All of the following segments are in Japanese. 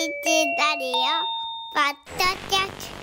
ラリオポッドキャス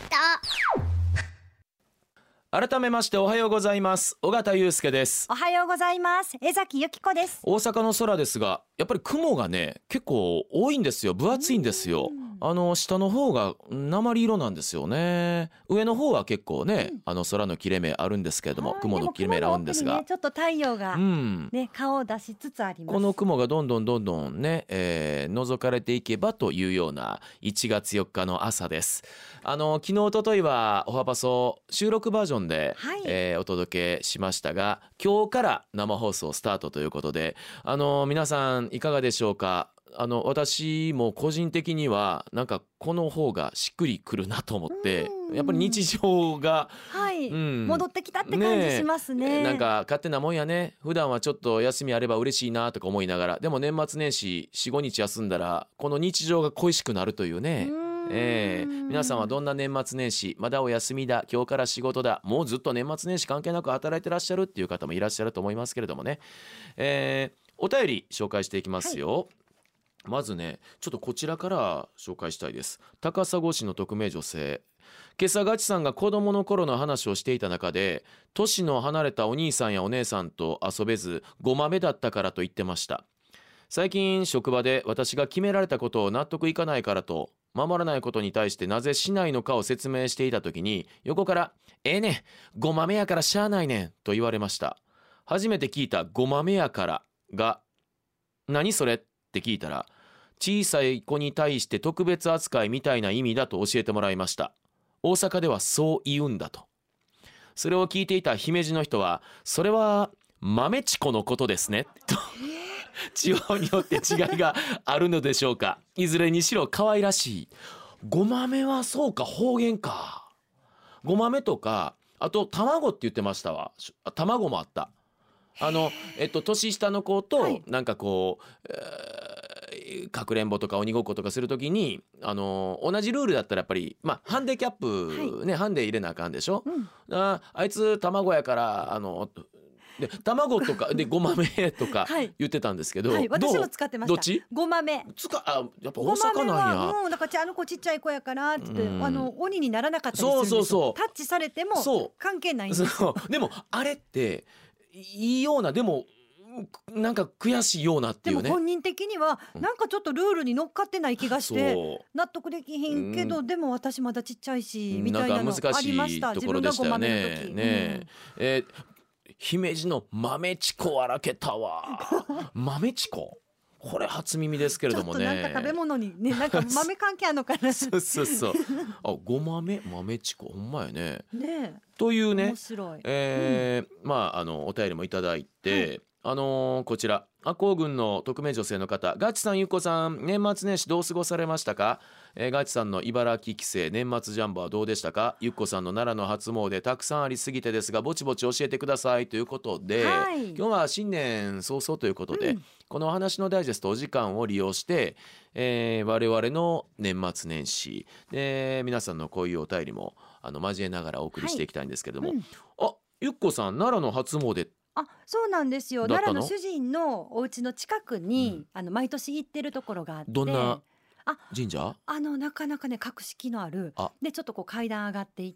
ト。 改めましておはようございます。尾形祐介です。 おはようございます。江崎由紀子です。 大阪の空ですが、やっぱり雲がね結構多いんですよ。分厚いんですよ。下の方が鉛色なんですよね。上の方は結構ね、空の切れ目あるんですけれども、雲の切れ目あるんですが、 ちょっと太陽が、顔を出しつつあります。 この雲がどんどんね、覗かれていけばというような1月4日の朝です。昨日一昨日はおはパソ収録バージョンで、お届けしましたが、今日から生放送スタートということで、皆さんいかがでしょうか。私も個人的にはなんかこの方がしっくりくるなと思って、やっぱり日常が、 戻ってきたって感じしますね。 なんか勝手なもんやね。普段はちょっと休みあれば嬉しいなとか思いながら、でも年末年始 4,5 日休んだらこの日常が恋しくなるというね。皆さんはどんな年末年始、まだお休みだ、今日から仕事だ、もうずっと年末年始関係なく働いてらっしゃるっていう方もいらっしゃると思いますけれどもね、お便り紹介していきますよ。まずね、ちょっとこちらから紹介したいです。高砂市の匿名女性。今朝ガチさんが子供の頃の話をしていた中で、年の離れたお兄さんやお姉さんと遊べずごまめだったからと言ってました。最近職場で私が決められたことを納得いかないからと、守らないことに対してなぜしないのかを説明していた時に、横からええねん、ごまめやからしゃあないねんと言われました。初めて聞いたごまめやからが何それって聞いたら、小さい子に対して特別扱いみたいな意味だと教えてもらいました。大阪ではそう言うんだと。それを聞いていた姫路の人は、それは豆チコのことですねと地方によって違いがあるのでしょうか。いずれにしろ可愛らしい。ごまめはそうか、方言か。ごまめとか、あと卵って言ってましたわ。卵もあった。年下の子となんかこう、かくれんぼとか鬼ごっことかするときに、同じルールだったらやっぱり、ハンデキャップ、ハンデ入れなあかんでしょ、あいつ卵やからで卵とかでごまめとか言ってたんですけど、 私も使ってました。 どっちごまめやっぱ大阪なんや。 だからあの子ちっちゃい子やからって言って、鬼にならなかったりするんですよ。 そうタッチされても関係ないんですよ。 でもあれっていいような、でもなんか悔しいようなっていうね。 でも本人的にはなんかちょっとルールに乗っかってない気がして納得できひんけど、でも私まだちっちゃいしみたいなのありました。 難しいところでしたよね。 自分がごまめの時。 姫路の豆チコはらけたわ。豆チコ、これ初耳ですけれどもね。 ちょっとなんか食べ物にね、なんか豆関係あるのかな。 そうあ、ごまめ豆チコ、ほんまやね。 ねというね、 面白い。 お便りもいただいて、こちら赤穂郡の匿名女性の方、ガチさんゆっこさん、年末年始どう過ごされましたか。ガチさんの茨城帰省年末ジャンボはどうでしたか。ゆっこさんの奈良の初詣たくさんありすぎてですがぼちぼち教えてくださいということで、今日は新年早々ということで、このお話のダイジェストお時間を利用して、我々の年末年始で皆さんのこういうお便りも交えながらお送りしていきたいんですけれども、ゆっこさん奈良の初詣、 そうなんですよ。奈良の主人のお家の近くに、毎年行ってるところがあって。 どんな神社？ なかなかね格式のあるで、ちょっとこう階段上がっていって、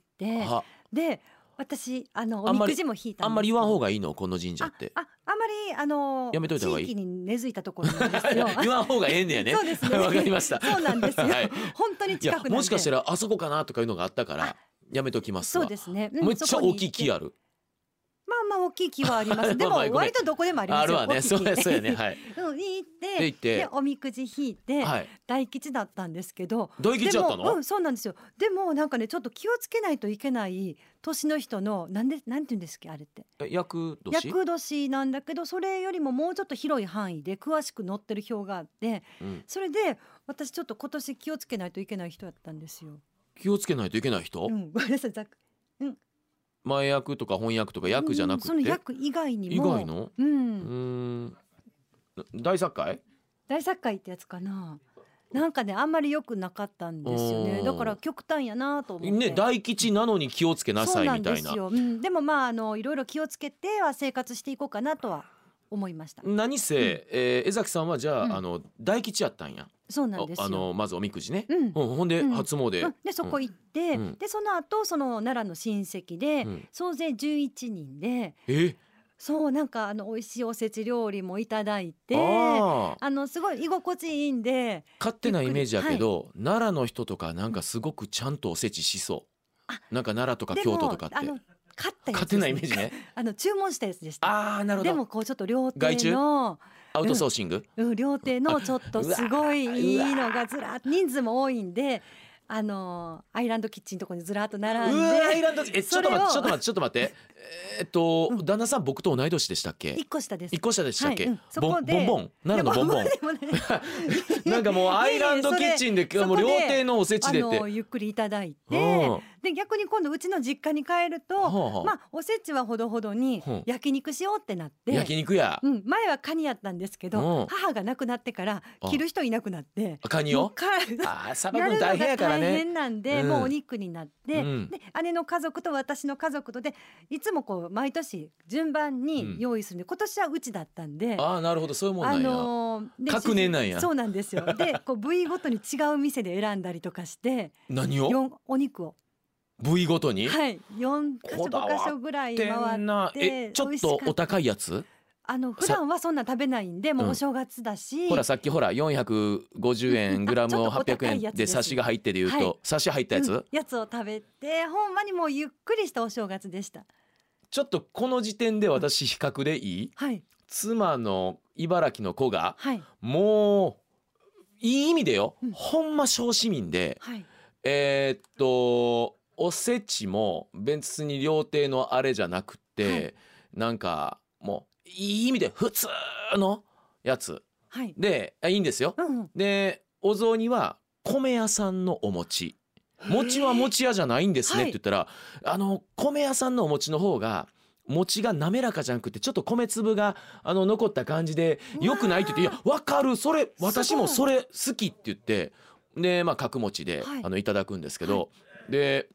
で私おみくじも引いたんです。 あんまり言わん方がいいのこの神社って。 あんまりやめといた方がいい。 地域に根付いたところなんですよ。 言わん方がええんだよね。 そうですね。 わかりました。 そうなんですよ。本当に近くなんで。 もしかしたらあそこかなとかいうのがあったからやめときますわ。 そうですね。 めっちゃ大きい木ある。 大きい木はあります。でも割とどこでもありますよ。 あるわね。そうやね。はい。 行っておみくじ引いて大吉だったんですけど。 大吉だったの？ そうなんですよ。でもなんかねちょっと気をつけないといけなん年の人のなんて言うんですっけあれって。 厄年？ 厄年なんだけど、それよりももうちょっと広い範囲で詳しく載ってる表があって、それで私ちょっと今年気をつけないといけない人だったんですよ。 気をつけないといけない人？ ごめんなさい。 前役とか翻訳とか役じゃなくて、 その役以外にも。 以外の？大作会？ 大作会ってやつかな。なんかねあんまり良くなかったんですよね。だから極端やなと思って。 大吉なのに気をつけなさいみたいな。 そうなんですよ。でもいろいろ気をつけては生活していこうかなとは思いました。 何せ、江崎さんはじゃあ、大吉やったんや。 そうなんですよ。 まずおみくじね、 うんほんで初詣、 でそこ行って、でその後その奈良の親戚で、総勢11人で、そうなんか美味しいおせち料理もいただいて、すごい居心地いいんで。 勝手なイメージやけど、奈良の人とかなんかすごくちゃんとおせちしそう。なんか奈良とか京都とかって勝手なイメージね。 注文したやつでした。 なるほど。 でもこうちょっと料亭のアウトソーシング、 料亭のちょっとすごいいいのがずらっと、人数も多いんで、アイランドキッチンのとこにずらっと並んで、 アイランドちょっと待って、旦那さん僕と同い年でしたっけ？ 一個下です。 一個下でしたっけ？ そこでボンボン奈良のボンボンなんかもうアイランドキッチンでもう料亭のおせちでってゆっくりいただいて、で逆に今度うちの実家に帰ると、おせちはほどほどに焼肉しようってなって、 焼肉や、 前はカニやったんですけど、母が亡くなってから切る人いなくなって、 カニをさばくの大変やからね。 大変なんで、もうお肉になって、で姉の家族と私の家族とでいつもこう毎年順番に用意するんで、今年はうちだったんで、 なるほど、そういうもんなんや、各年なんや。 そうなんですよ。でこう部位ごとに違う店で選んだりとかして、 何をお肉を部位ごとに、 4箇所5箇所ぐらい回って、 ちょっとお高いやつ、 普段はそんな食べないんで、もうお正月だし、 ほらさっき450円グラムを800円でサシが入ってでいうと、サシ入ったやつ、 を食べて、ほんまにもうゆっくりしたお正月でした。 ちょっとこの時点で私比較でいい？妻の茨城の子が、もういい意味でよ、ほんま小市民で、おせちも別に料亭のあれじゃなくて、なんかもういい意味で普通のやつ、でいいんですよ。でお雑煮は米屋さんのお餅、餅は餅屋じゃないんですねって言ったら、米屋さんのお餅の方が餅が滑らかじゃなくて、ちょっと米粒が残った感じでよくないって言って、いやわかる、それ私もそれ好きって言って、で角餅でいただくんですけど、で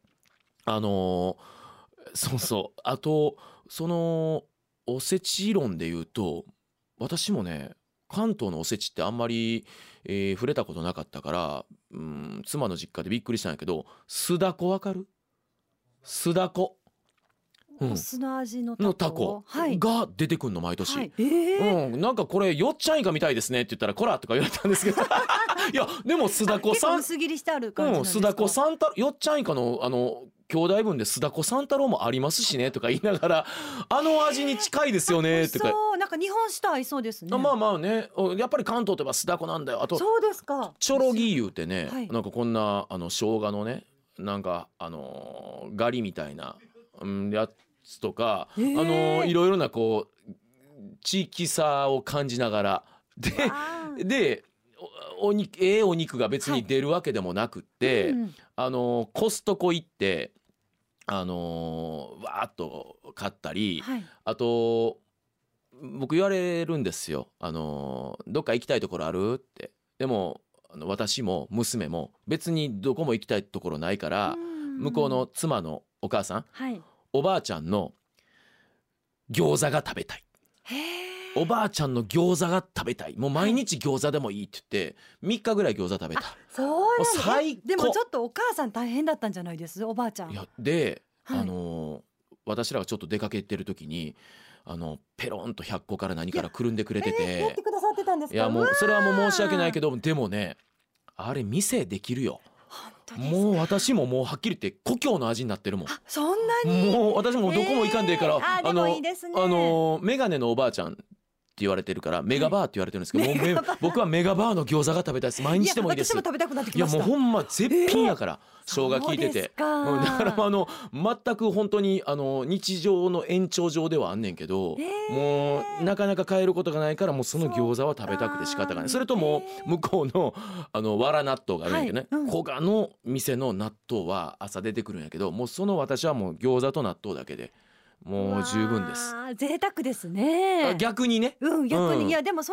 そうあとそのおせち論で言うと、私もね関東のおせちってあんまり、触れたことなかったから、妻の実家でびっくりしたんやけど、酢だこわかる？酢だこ、 砂味のタコが出てくるの毎年、なんかこれよっちゃんイカみたいですねって言ったらこらとか言われたんですけどいやでも酢だこさん薄切りしてある感じなんですか？ 酢だこさんたよっちゃんイカの兄弟分で酢だこ三太郎もありますしねとか言いながら、味に近いですよねとか。 そうなんか日本酒と合いそうですね。 まあね、やっぱり関東といえば酢だこなんだよ。あとそうですか。 ちょろぎ言うてね、なんかこんな生姜のね、なんかガリみたいな、やつとか、いろいろなこう地域差を感じながらでお肉が別に出るわけでもなくって、コストコ行ってわーっと買ったり、あと僕言われるんですよ、どっか行きたいところあるって。でも私も娘も別にどこも行きたいところないから、向こうの妻のお母さん、おばあちゃんの餃子が食べたい、おばあちゃんの餃子が食べたい、もう毎日餃子でもいいって言って3日ぐらい餃子食べた。 そうなんですね。 最高。 でもちょっとお母さん大変だったんじゃないです？おばあちゃん。 いやで、私らがちょっと出かけてる時にペロンと100個から何からくるんでくれてて、 やってくださってたんですか？ いやもうそれはもう申し訳ないけど、でもねあれ店できるよ。もう私ももうはっきり言って故郷の味になってるもん。 そんなに？ もう私もどこも行かんでいいから、 でもいいですね。 メガネのおばあちゃんって言われてるからメガバーって言われてるんですけど、もう僕はメガバーの餃子が食べたいです。毎日でもいいです。 私も食べたくなってきました。 いやもうほんま絶品やから、生姜効いてて、だから全く本当に日常の延長上ではあんねんけど、もうなかなか買えることがないから、もうその餃子は食べたくて仕方がない。それとも向こうのわら納豆があるんやけどね、古賀の店の納豆は朝出てくるんやけど、もうその私はもう餃子と納豆だけでもう十分です。 贅沢ですね。 逆にね。 逆に、いやでもその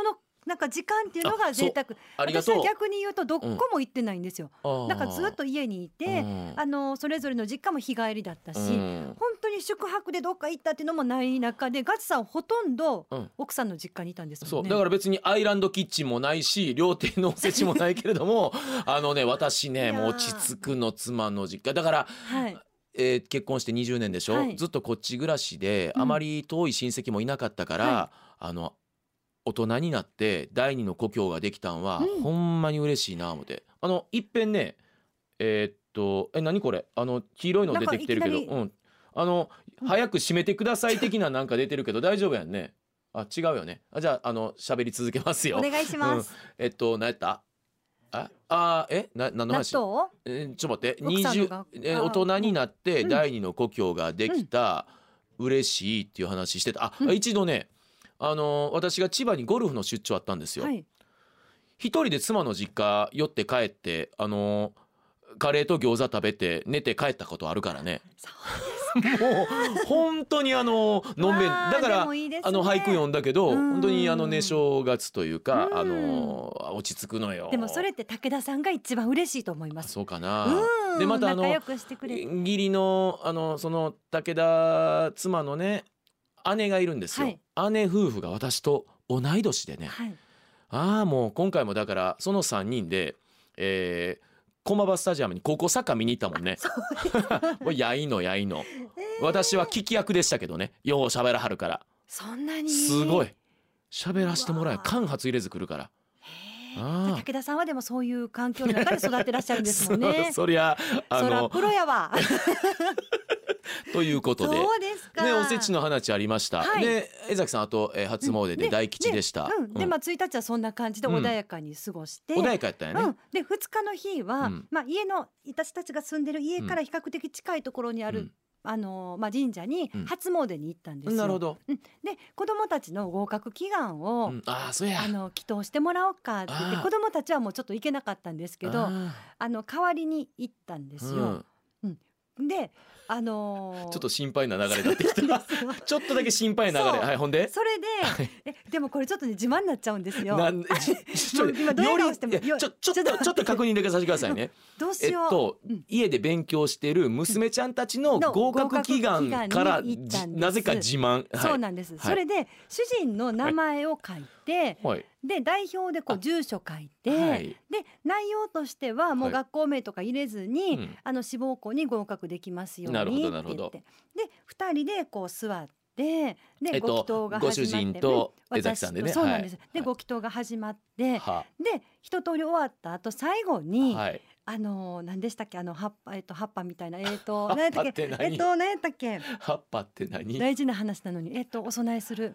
なんか時間っていうのが贅沢。私は逆に言うとどこも行ってないんですよ。だからずっと家にいて、それぞれの実家も日帰りだったし、本当に宿泊でどっか行ったっていうのもない中で、ガチさんほとんど奥さんの実家にいたんですもんね。 そうだから別にアイランドキッチンもないし料亭のおせちもないけれども私ねもう落ち着くの妻の実家だから、結婚して20年でしょ、ずっとこっち暮らしで、あまり遠い親戚もいなかったから、大人になって第二の故郷ができたんは、ほんまに嬉しいな思って。いっぺんね何これ黄色いの出てきてるけど、早く閉めてください的ななんか出てるけど大丈夫やんね。違うよね。じゃあ喋り続けますよ。 お願いします。 何やった？何の話？ちょっと待って。大人になって第二の故郷ができた、嬉しいっていう話してた。一度ね、私が千葉にゴルフの出張あったんですよ。一人で妻の実家寄って帰ってカレーと餃子食べて寝て帰ったことあるからね。もう本当にのんべんだから俳句読んだけど、本当にね正月というか落ち着くのよ。 でもそれって武田さんが一番嬉しいと思います。 そうかな。でまた義理のその武田妻のね姉がいるんですよ。姉夫婦が私と同い年でね、もう今回もだからその3人で駒場スタジアムに高校サッカー見に行ったもんね。やいの。私は聞き役でしたけどね、よう喋らはるから。 そんなにすごい喋らしてもらえ、間髪入れず来るから。 武田さんはでもそういう環境の中で育ってらっしゃるんですもんね。 そりゃプロやわ。 ということで、 そうですか、 ね、おせちの話ありました、で江崎さんあと、初詣で大吉でした、 で1日はそんな感じで穏やかに過ごして、 穏やかやったよね、 で2日の日は、家の私たちが住んでる家から比較的近いところにある、神社に初詣に行ったんですよ。 なるほど。 で子どもたちの合格祈願を、祈祷してもらおうかって言って、子どもたちはもうちょっと行けなかったんですけど代わりに行ったんですよ。でちょっと心配な流れになってきた。ちょっとだけ心配な流れ。ほんでそれででもこれちょっとね自慢になっちゃうんですよ。 今どうしてもちょっと確認だけさせてくださいね。 どうしよう。 家で勉強してる娘ちゃんたちの合格祈願からなぜか自慢。 そうなんです。それで主人の名前を書いて、で代表で住所書いて、で内容としてはもう学校名とか入れずに、志望校に合格できますようにって言って、で2人で座ってでご祈祷が始まって、 ご主人と江崎さんでね。 そうなんです。でご祈祷が始まって、で一通り終わった後最後に、何でしたっけ、葉っぱみたいな何やったっけ何やったっけ、 葉っぱって何、 大事な話なのにお供えする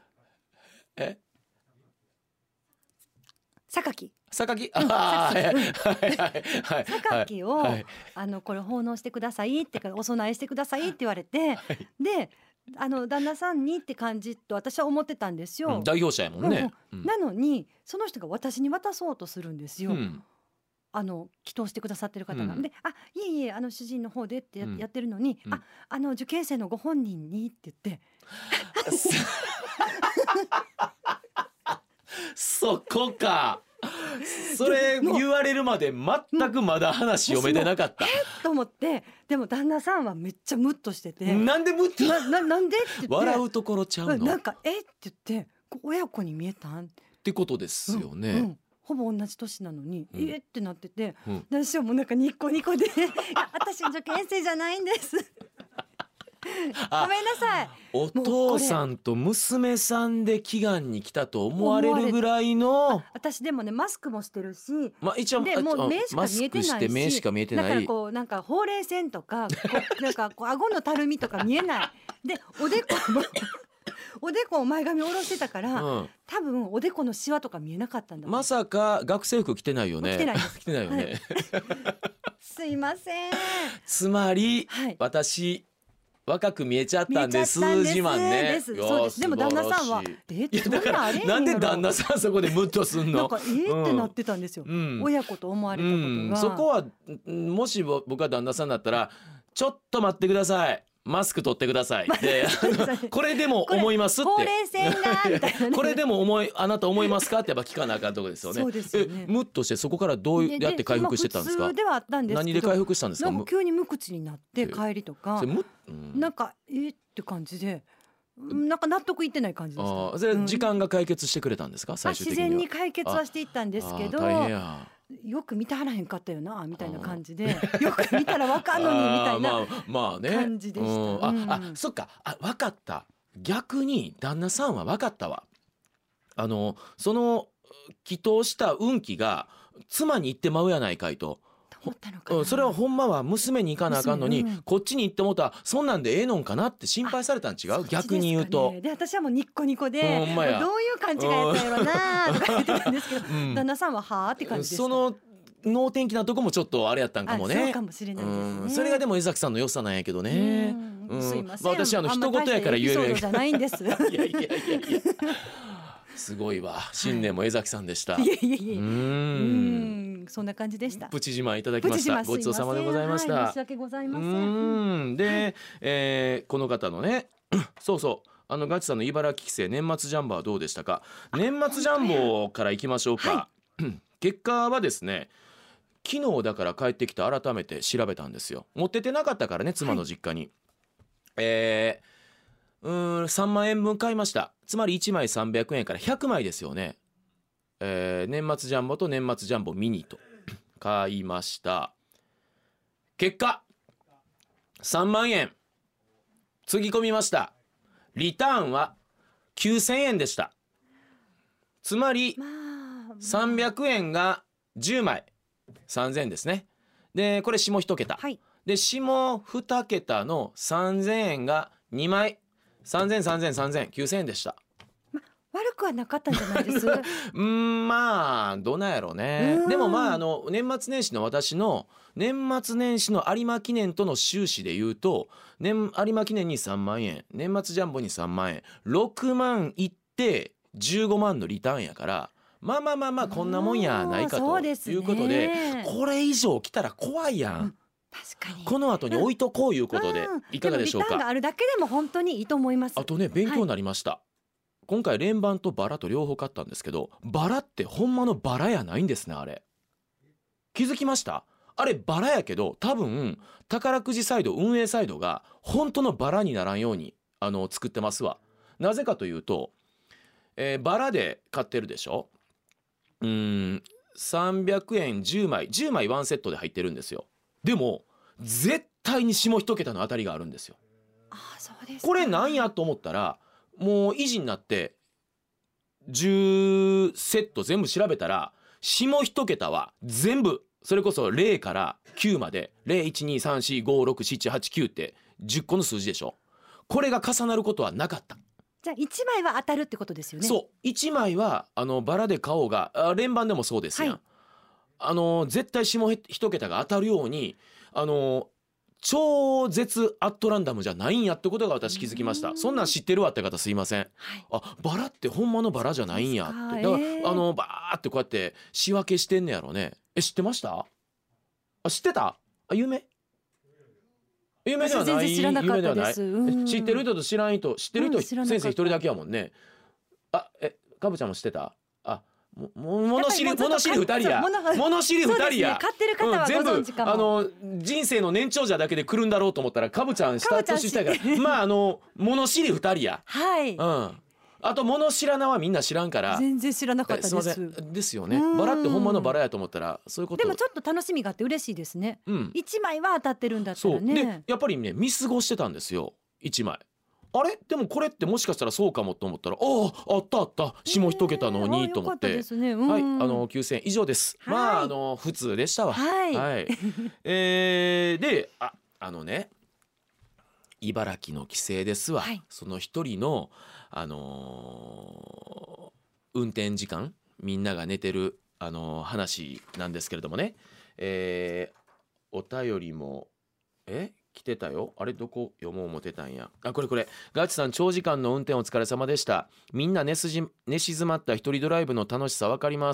榊をこれ奉納してくださいってお供えしてくださいって言われて、で旦那さんにって感じと私は思ってたんですよ。 代表者やもんね。 なのにその人が私に渡そうとするんですよ。祈祷してくださってる方が、でいえ主人の方でってやってるのに、受験生のご本人にって言ってそこか。それ言われるまで全くまだ話読めてなかった。 と思って、でも旦那さんはめっちゃムッとしてて、 なんでムッとなんでって言って笑うところちゃうの、 なんかって言って親子に見えたんってことですよね。 ほぼ同じ年なのに、ってなってて、私はもうなんかニコニコで私受験生じゃないんですごめんなさい。 お父さんと娘さんで祈願に来たと思われるぐらいの。 私でもねマスクもしてるし、 一応でもう目しか見えてないし、 目しか見えてない。 だからなんかほうれい線とかなんか顎のたるみとか見えない。でおでこ前髪下ろしてたから、多分おでこのシワとか見えなかったんだ。 まさか学生服着てないよね。着てないよね。 すいません。 つまり私若く見えちゃったんです。自慢ね。 そうです。でも旦那さんはなんで旦那さんそこでムッとすんの。 なんかってなってたんですよ。親子と思われたことが。 そこはもし僕が旦那さんだったらちょっと待ってください。 マスク取ってくださいでこれでも思いますってほうれい線がみたいな、ね、 これでもあなた思いますかってやっぱ聞かなあかんとこですよね。 そうですよね。 ムッとしてそこからどうやって回復してたんですか？ 普通ではあったんですけど、 何で回復したんですか？ なんか急に無口になって帰りとか、なんかって感じで、なんか納得いってない感じでした。 それ時間が解決してくれたんですか？最終的には自然に解決はしていったんですけど、 大変や、 よく見たらへんかったよなみたいな感じで、よく見たらわかんのにみたいな感じでした。 そっか、わかった。逆に旦那さんはわかったわ。その祈祷した運気が妻に行ってまうやないかいと。それはほんまは娘に行かなあかんのに、こっちに行ってもたらそんなんでええのんかなって心配されたん違う？逆に言うと。 で私はもうニッコニコで、どういう勘違いやったやろなとか言ってたんですけど、旦那さんははーって感じでした。 その能天気なとこもちょっとあれやったんかもね。 そうかもしれないですね。 それがでも江崎さんの良さなんやけどね。 すいません。 私一言やから言えるやじゃないんです。いやすごいわ。新年も江崎さんでした。 いやそんな感じでした。 プチ自慢いただきました。ごちそうさまでございました。 申し訳ございません。 で、この方のねそうガチさんの茨城帰省年末ジャンボはどうでしたか？年末ジャンボからいきましょうか。結果はですね、昨日だから帰ってきて改めて調べたんですよ。持っててなかったからね、妻の実家に。3万円分買いました。つまり1枚300円から100枚ですよね。年末ジャンボと年末ジャンボミニと買いました。結果3万円つぎ込みました。リターンは9000円でした。つまり300円が10枚3000円ですね。でこれ下1桁、で下2桁の3000円が2枚30009000円でした。 悪くはなかったんじゃないです。 まあどうなんやろうね。でも年末年始の私の年末年始の有馬記念との収支で言うと、有馬記念に3万円、年末ジャンボに3万円、6万いって15万のリターンやから、まあこんなもんやないかということで、これ以上来たら怖いやん。 確かにこの後に置いとこういうことでいかがでしょうか？ リターンがあるだけでも本当にいいと思います。 あとね、勉強になりました。今回連番とバラと両方買ったんですけど、バラってほんまのバラやないんですね。あれ気づきました？あれバラやけど、多分宝くじサイド運営サイドが本当のバラにならんように作ってますわ。なぜかというと、バラで買ってるでしょ。300円10枚ワンセットで入ってるんですよ。でも絶対に下1桁の当たりがあるんですよ。 そうです。 これなんやと思ったら、もう維持になって10セット全部調べたら、下1桁は全部それこそ0から9まで 0,1,2,3,4,5,6,7,8,9 って10個の数字でしょ。これが重なることはなかった。 じゃあ1枚は当たるってことですよね。 そう1枚はバラで買おうが連番でもそうですやん、絶対下1桁が当たるように超絶アットランダムじゃないんやってことが私気づきました。そんなん知ってるわって方すいません、バラってほんまのバラじゃないんやって。だからバーってこうやって仕分けしてんねやろね。知ってました？知ってた？有名ではない。 全然知らなかったです。 知ってる人と知らん人、知ってる人、先生一人だけやもんね。かぶちゃんも知ってた？物知り2人や。物知り2人や。 買ってる方はご存知かも。 全部人生の年長者だけで来るんだろうと思ったら、かぶちゃん下年下やから物知り2人や。あと物知らなはみんな知らんから。 全然知らなかったです。 すいませんですよね。バラってほんまのバラやと思ったらそういうこと。 でもちょっと楽しみがあって嬉しいですね。1枚は当たってるんだったらね。 でやっぱりね見過ごしてたんですよ1枚。あれでもこれってもしかしたらそうかもと思ったら、あった下1桁の2と思って、9000円以上です。普通でしたわ。で茨城の帰省ですわ。その一人の運転時間みんなが寝てる話なんですけれどもね、お便りも来てたよ。あれどこ読もう思ってたんや。これガチさん長時間の運転お疲れ様でした。みんな寝静まった一人ドライブの楽しさ分かります。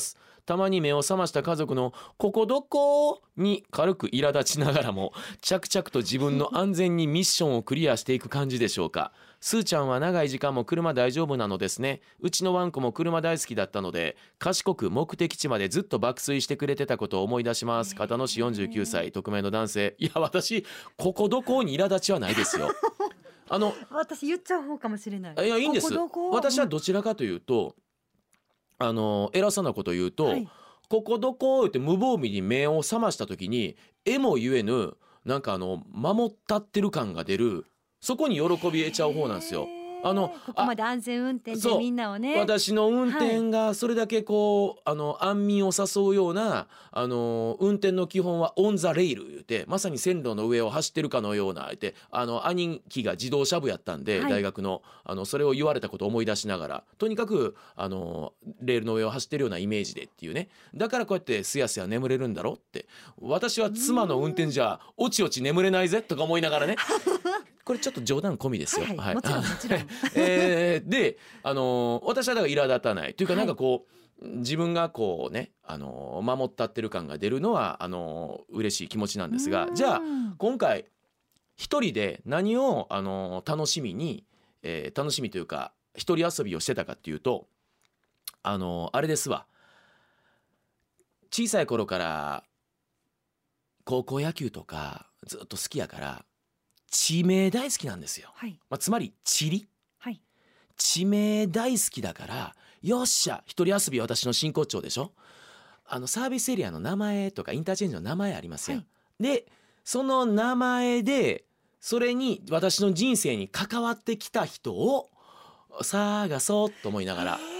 たまに目を覚ました家族のここどこに軽く苛立ちながらも着々と自分の安全にミッションをクリアしていく感じでしょうか。スーちゃんは長い時間も車大丈夫なのですね。うちのワンコも車大好きだったので賢く目的地までずっと爆睡してくれてたことを思い出します。片野市49歳匿名の男性。いや私ここどこに苛立ちはないですよ。 私言っちゃう方かもしれない。 いやいいんです。 ここ私はどちらかというと偉そうなこと言うと、はい、ここどこって無防備に目を覚ました時にえも言えぬなんか守ったってる感が出る、そこに喜び得ちゃう方なんですよ。 ここまで安全運転でみんなをね、 私の運転がそれだけこう、安眠を誘うような運転の基本はオンザレイル言うて、まさに線路の上を走ってるかのような言って兄貴が自動車部やったんで、大学のそれを言われたことを思い出しながら、とにかくレールの上を走ってるようなイメージでっていうね、だからこうやってすやすや眠れるんだろって、私は妻の運転じゃおちおち眠れないぜとか思いながらねこれちょっと冗談込みですよ。 はい、もちろんもちろんで私はだから苛立たないというか、なんかこう自分がこうね守ったってる感が出るのは嬉しい気持ちなんですが、じゃあ今回一人で何を楽しみに、楽しみというか一人遊びをしてたかっていうとあれですわ。小さい頃から高校野球とかずっと好きやから地名大好きなんですよ。 はい、 つまり地理、 はい、 地名大好きだからよっしゃ一人遊びは私の真骨頂でしょ。サービスエリアの名前とかインターチェンジの名前ありますよ、はい、でその名前でそれに私の人生に関わってきた人を探そうと思いながら、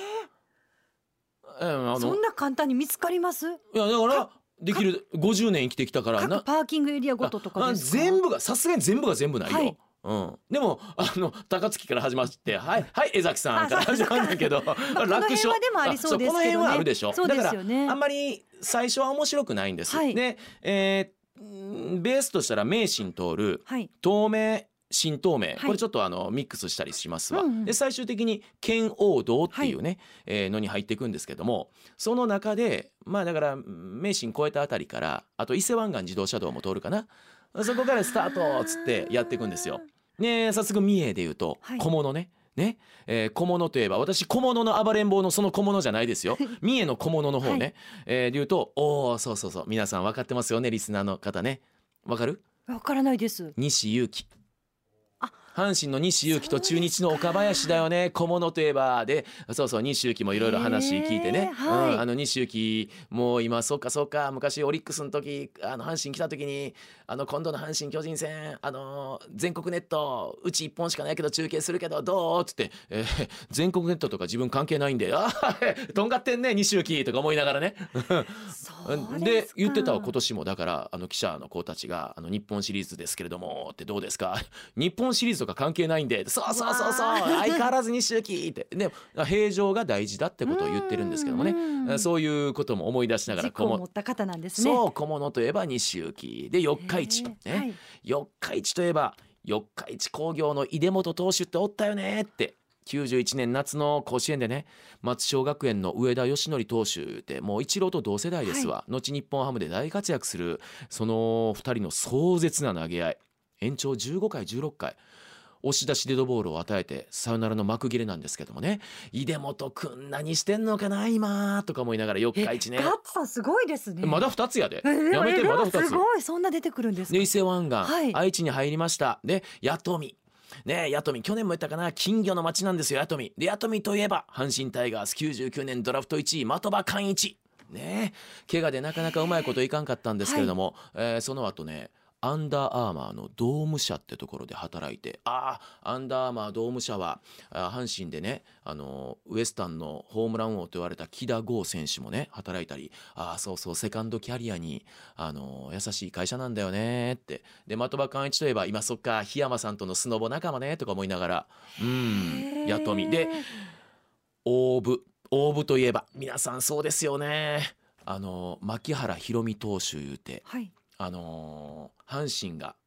そんな簡単に見つかります？ いやだからできる50年生きてきたから各パーキングエリアごととかですか？ 全部がさすがに全部が全部ないよ、はい、でも高槻から始まってはい江崎さんから始まるんだけどこの辺はでもありそうですけどね。 この辺はあるでしょ。 そうですよね。 だからあんまり最初は面白くないんです、はい、で、ベースとしたら名神通る、はい、東名新東名、はい、これちょっとミックスしたりしますわ、で最終的に圏央道っていうね、のに入っていくんですけども、その中でだから名神越えたあたりからあと伊勢湾岸自動車道も通るかな、そこからスタートっつってやっていくんですよ。ね、早速三重でいうと小物ね、小物といえば私小物の暴れん坊のその小物じゃないですよ三重の小物の方ね、でいうとそう皆さん分かってますよね、リスナーの方ね。分かる？ 分からないです。 西勇輝、阪神の西勇輝と中日の岡林だよね、小物といえば。でそう西勇輝もいろいろ話聞いてね、はい、西勇輝もう今そうか昔オリックスの時阪神来た時に今度の阪神巨人戦全国ネットうち1本しかないけど中継するけどどうっつって、全国ネットとか自分関係ないんでとんがってんね西勇輝とか思いながらねで言ってたわ。今年もだから記者の子たちが日本シリーズですけれどもってどうですか、日本シリーズとか関係ないんで、そう相変わらず西行ってで平常が大事だってことを言ってるんですけどもね、そういうことも思い出しながら軸を持った方なんですね。 そう小物といえば西行で四日市、ね、四日市といえば四日市工業の出本投手っておったよねって91年夏の甲子園でね、松商学園の上田義則投手ってもうイチローと同世代ですわ、後日本ハムで大活躍するその2人の壮絶な投げ合い、延長15回16回押し出しデッドボールを与えてサヨナラの幕切れなんですけどもね、出本くん何してんのかな今とか思いながら四日市ね。 ガッツさんすごいですね。 まだ2つやで、やめてまだ2つ。 すごい、そんな出てくるんですか。 伊勢湾岸、愛知に入りました。で弥富ね、弥富去年も言ったかな、金魚の町なんですよ弥富で。弥富といえば阪神タイガース99年ドラフト1位的場寛一ね、怪我でなかなかうまいこといかんかったんですけれども、その後ねアンダーアーマーのドーム社ってところで働いて、アンダーアーマードーム社は阪神でねウエスタンのホームラン王と言われた木田剛選手もね働いたり、そうセカンドキャリアに優しい会社なんだよねって。で的場寛一といえば今そっか檜山さんとのスノボ仲間ねとか思いながら弥富で大部といえば皆さんそうですよね、牧原宏美投手言うて、阪神が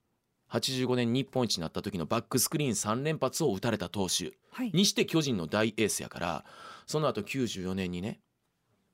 85年日本一になった時のバックスクリーン3連発を打たれた投手にして巨人の大エースやから、その後94年にね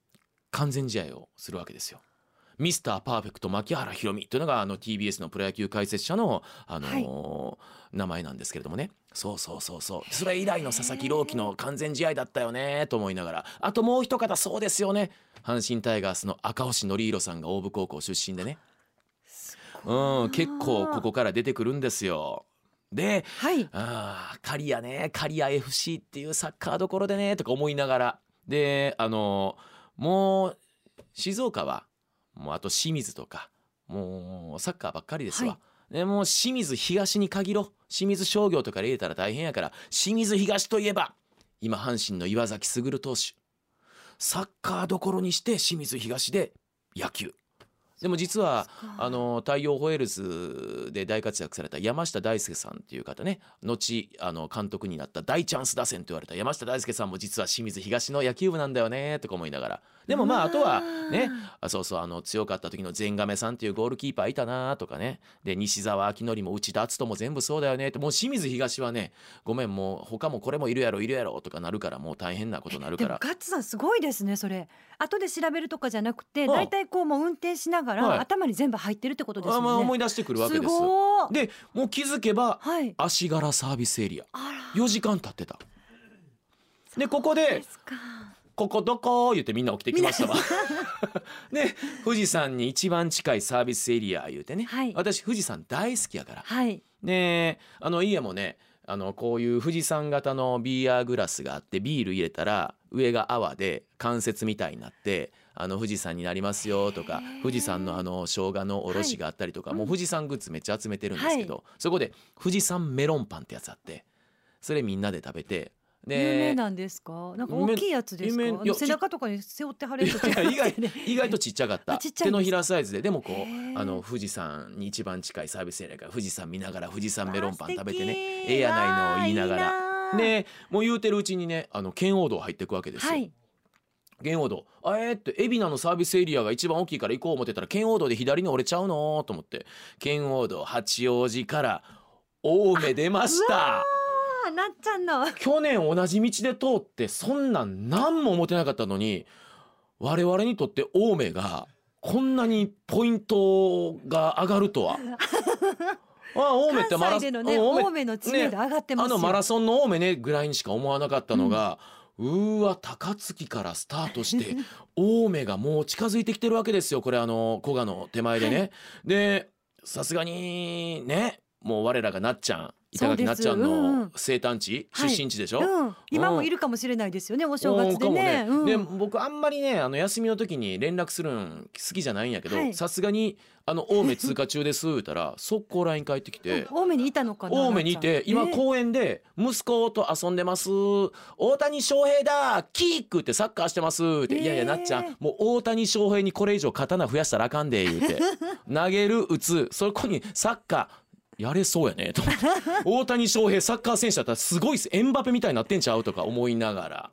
完全試合をするわけですよ。ミスターパーフェクト牧原ひろみというのがTBS のプロ野球解説者の、名前なんですけれどもね。そうそれ以来の佐々木朗希の完全試合だったよねと思いながら、あともう一方そうですよね、阪神タイガースの赤星憲弘さんが大府高校出身でね、結構ここから出てくるんですよ。で、刈谷 FC っていうサッカーどころでねとか思いながら、でもう静岡はもうあと清水とかもうサッカーばっかりですわ、でもう清水東に限ろう。清水商業とか入れたら大変やから、清水東といえば今阪神の岩崎優投手、サッカーどころにして清水東で野球。でも実は太陽ホエールズで大活躍された山下大輔さんっていう方ね、後監督になった大チャンス打線と言われた山下大輔さんも実は清水東の野球部なんだよねとか思いながら、でもあとはね、強かった時の全亀さんっていうゴールキーパーいたなとかね、で西澤明則も内田篤人も全部そうだよねって、もう清水東はね、ごめんもう他もこれもいるやろとかなるから、もう大変なことになるから。 でもガッツさんすごいですね。それ後で調べるとかじゃなくて、だいたいこうもう運転しながら、頭に全部入ってるってことですよね。 思い出してくるわけです。 すごい。 でもう気づけば、足柄サービスエリア4時間経ってた。でここでここどこ言ってみんな起きてきましたわで富士山に一番近いサービスエリア言うてね、私富士山大好きやから、で家もねこういう富士山型のビーヤーグラスがあって、ビール入れたら上が泡で関節みたいになって富士山になりますよとか、富士山の生姜のおろしがあったりとか、もう富士山グッズめっちゃ集めてるんですけど、そこで富士山メロンパンってやつあって、それみんなで食べて、 有名なんですか？なんか大きいやつですか？背中とかに背負ってはれると意外とちっちゃかった。手のひらサイズで、でもこう富士山に一番近いサービスエリアから富士山見ながら富士山メロンパン食べてね、ええやないのを言いながら、でもう言うてるうちにね圏央道入っていくわけですよ。圏央道って海老名のサービスエリアが一番大きいから行こう思ってたら、圏央道で左に折れちゃうのと思って、圏央道八王子から青梅出ました。 なっちゃんの去年同じ道で通って、そんなん何も思ってなかったのに、我々にとって青梅がこんなにポイントが上がるとは青梅って関西でのね、青梅の知名度上がってますよ。 マラソンの青梅ねぐらいにしか思わなかったのが、高槻からスタートして青梅がもう近づいてきてるわけですよ。これ古賀の手前でね、でさすがにね、もう我らがなっちゃん、板垣なっちゃんの生誕地、出身地でしょ、 今もいるかもしれないですよね、お正月でね。 で僕あんまりね休みの時に連絡するん好きじゃないんやけど、さすがに青梅通過中です言ったら速攻 LINE 返ってきて青梅にいたのかな。 青梅にいて、今公園で息子と遊んでます、大谷翔平だキークってサッカーしてますって、いやいやなっちゃん、もう大谷翔平にこれ以上刀増やしたらあかんで言うて投げる打つ、そこにサッカーやれそうやねと思って大谷翔平サッカー選手だったらすごいエムバペみたいになってんちゃうとか思いながら、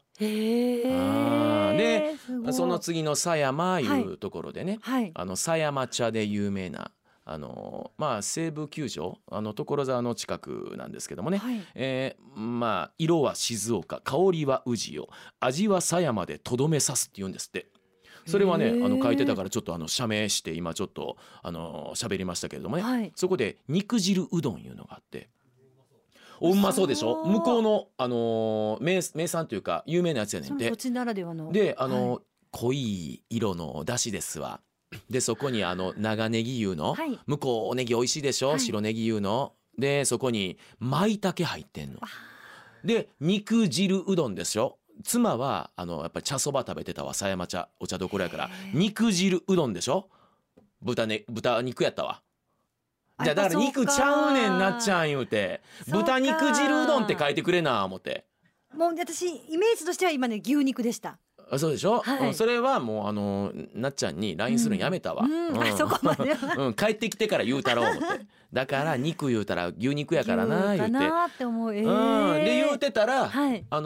でその次の狭山いうところでね、狭山茶で有名な西武球場所沢の近くなんですけどもね、色は静岡、香りは宇治よ、味は狭山でとどめさすって言うんですって。それはね書いてたからちょっと社名して今ちょっと喋りましたけれどもね、そこで肉汁うどんいうのがあって、うまそうでしょ。向こうの名産というか有名なやつやねんて。 土地ならではので濃い色のだしですわ。でそこに長ネギいうの、向こうおネギ美味しいでしょ、白ネギいうので、そこに舞茸入ってんので、肉汁うどんですよ。妻はやっぱり茶そば食べてたわ、狭山茶お茶どころやから、肉汁うどんでしょ、豚肉やったわ。じゃあだから肉ちゃうねんなっちゃん言うて、豚肉汁うどんって書いてくれな思って。 もう私イメージとしては今ね牛肉でした。 そうでしょ、それはもうなっちゃんに LINE するんやめたわ、 そこまで帰ってきてから言うたろう思ってだから肉言うたら牛肉やからな言うて、で言うてたら、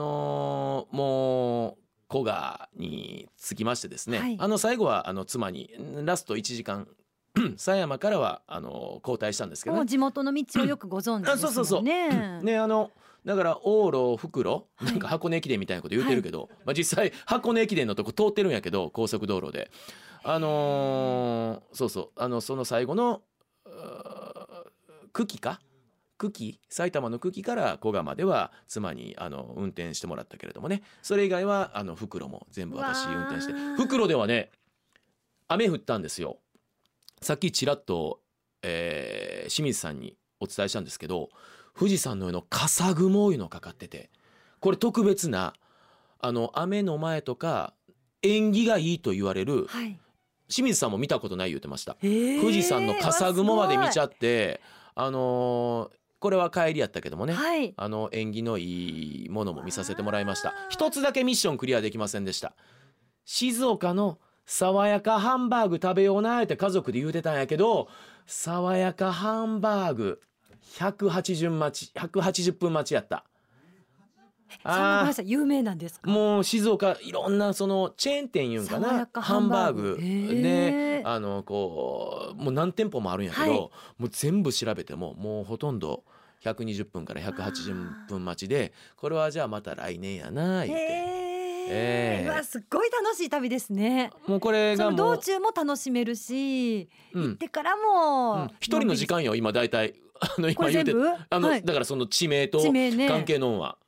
もう古賀に着きましてですね、最後は妻にラスト1時間狭山からは交代したんですけどね。 もう地元の道をよくご存知ですもんね。 そうそうそうね、だから往路福路なんか箱根駅伝みたいなこと言うてるけど、実際箱根駅伝のとこ通ってるんやけど、高速道路でそうそうその最後の久喜埼玉の久喜から古賀までは妻に運転してもらったけれどもね、それ以外は復路も全部私運転して、復路ではね雨降ったんですよ。さっきちらっと、清水さんにお伝えしたんですけど、富士山の上の笠雲いうのかかってて、これ特別な雨の前とか縁起がいいと言われる、清水さんも見たことない言ってました。富士山の笠雲まで見ちゃって、これは帰りやったけどもね、縁起のいいものも見させてもらいました。一つだけミッションクリアできませんでした。静岡の爽やかハンバーグ食べようなって家族で言うてたんやけど、爽やかハンバーグ180分待ちやった。 そんなごめんなさい、有名なんですか？ もう静岡いろんなそのチェーン店言うんかな、ハンバーグでこうもう何店舗もあるんやけど、もう全部調べてももうほとんど120分から180分待ちで、これはじゃあまた来年やな言って、 うわすっごい楽しい旅ですね。 もうこれがもうその道中も楽しめるし、行ってからも一人の時間よ今だいたい今言うてだからその地名と関係のんは。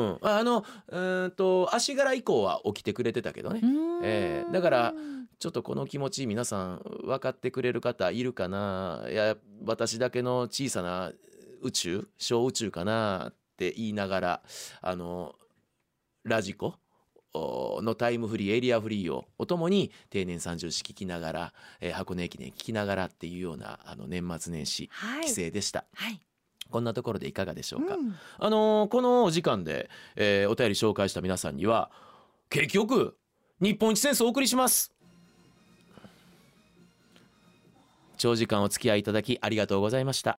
足柄以降は起きてくれてたけどね、だからちょっとこの気持ち皆さん分かってくれる方いるかな、いや私だけの小さな宇宙小宇宙かなって言いながらラジコのタイムフリーエリアフリーをおともに定年30式聞きながら、箱根駅伝聞きながらっていうような年末年始帰省でした。こんなところでいかがでしょうか。このお時間で、お便り紹介した皆さんには結局日本一センスをお送りします。長時間お付き合いいただきありがとうございました。